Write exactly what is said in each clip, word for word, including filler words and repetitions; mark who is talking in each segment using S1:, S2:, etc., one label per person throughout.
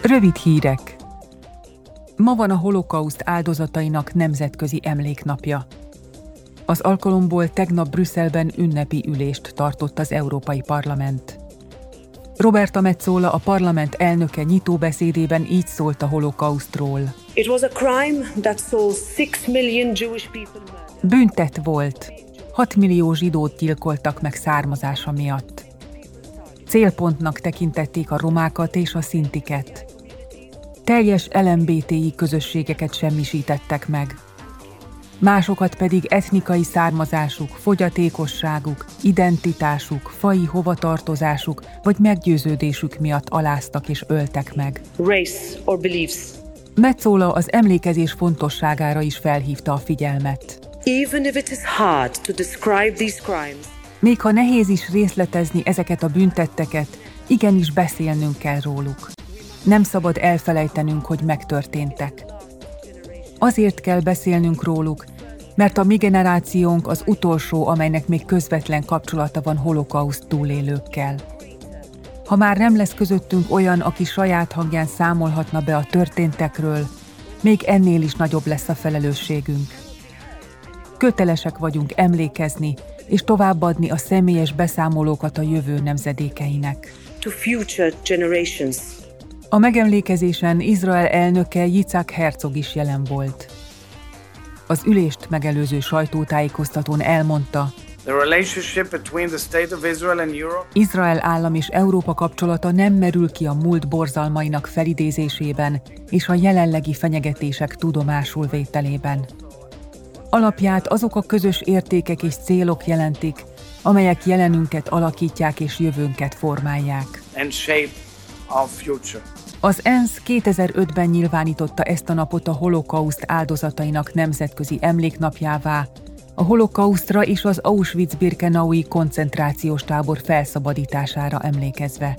S1: Rövid hírek. Ma van a holokauszt áldozatainak nemzetközi emléknapja. Az alkalomból tegnap Brüsszelben ünnepi ülést tartott az Európai Parlament. Roberta Metsola, a parlament elnöke nyitóbeszédében így szólt a holokausztról.
S2: It was a crime that saw six million Jewish people murdered.
S1: Bűntett volt. hat millió zsidót gyilkoltak meg származása miatt. Célpontnak tekintették a romákat és a szintiket. Teljes el em bé té i közösségeket semmisítettek meg. Másokat pedig etnikai származásuk, fogyatékosságuk, identitásuk, faji hovatartozásuk vagy meggyőződésük miatt aláztak és öltek meg.
S2: Race or beliefs.
S1: Metsola az emlékezés fontosságára is felhívta a figyelmet.
S2: Even if it is hard to describe these crimes,
S1: Még ha nehéz is részletezni ezeket a bűntetteket, igenis beszélnünk kell róluk. Nem szabad elfelejtenünk, hogy megtörténtek. Azért kell beszélnünk róluk, mert a mi generációnk az utolsó, amelynek még közvetlen kapcsolata van holokauszt túlélőkkel. Ha már nem lesz közöttünk olyan, aki saját hangján számolhatna be a történtekről, még ennél is nagyobb lesz a felelősségünk. Kötelesek vagyunk emlékezni és továbbadni a személyes beszámolókat a jövő nemzedékeinek.
S2: to future generations.
S1: A megemlékezésen Izrael elnöke Yitzhak Herzog is jelen volt. Az ülést megelőző sajtótájékoztatón elmondta,
S3: The relationship between the State of Israel and Europe
S1: Izrael állam és Európa kapcsolata nem merül ki a múlt borzalmainak felidézésében és a jelenlegi fenyegetések tudomásul vételében. Alapját azok a közös értékek és célok jelentik, amelyek jelenünket alakítják és jövőnket formálják.
S3: and shape our future.
S1: Az ENSZ kétezer-ötben nyilvánította ezt a napot a holokauszt áldozatainak nemzetközi emléknapjává, a holokausztra és az Auschwitz-Birkenaui koncentrációs tábor felszabadítására emlékezve.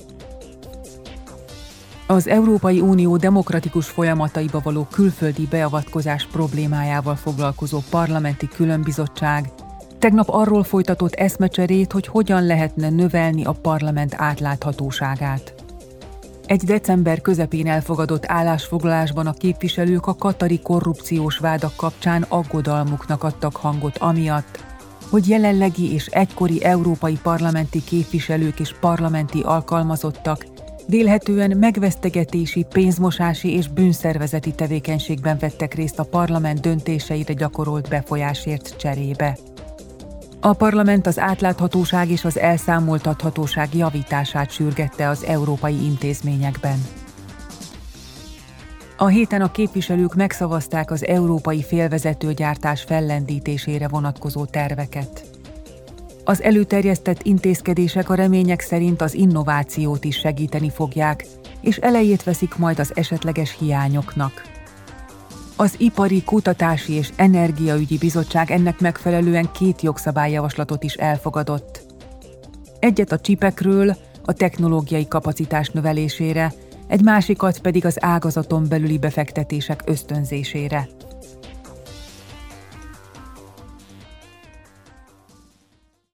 S1: Az Európai Unió demokratikus folyamataiba való külföldi beavatkozás problémájával foglalkozó parlamenti különbizottság tegnap arról folytatott eszmecserét, hogy hogyan lehetne növelni a parlament átláthatóságát. Egy december közepén elfogadott állásfoglalásban a képviselők a katari korrupciós vádak kapcsán aggodalmuknak adtak hangot amiatt, hogy jelenlegi és egykori európai parlamenti képviselők és parlamenti alkalmazottak vélhetően megvesztegetési, pénzmosási és bűnszervezeti tevékenységben vettek részt a parlament döntéseire gyakorolt befolyásért cserébe. A parlament az átláthatóság és az elszámoltathatóság javítását sürgette az európai intézményekben. A héten a képviselők megszavazták az európai félvezetőgyártás fellendítésére vonatkozó terveket. Az előterjesztett intézkedések a remények szerint az innovációt is segíteni fogják, és elejét veszik majd az esetleges hiányoknak. Az Ipari, Kutatási és Energiaügyi Bizottság ennek megfelelően két jogszabályjavaslatot is elfogadott. Egyet a csipekről, a technológiai kapacitás növelésére, egy másikat pedig az ágazaton belüli befektetések ösztönzésére.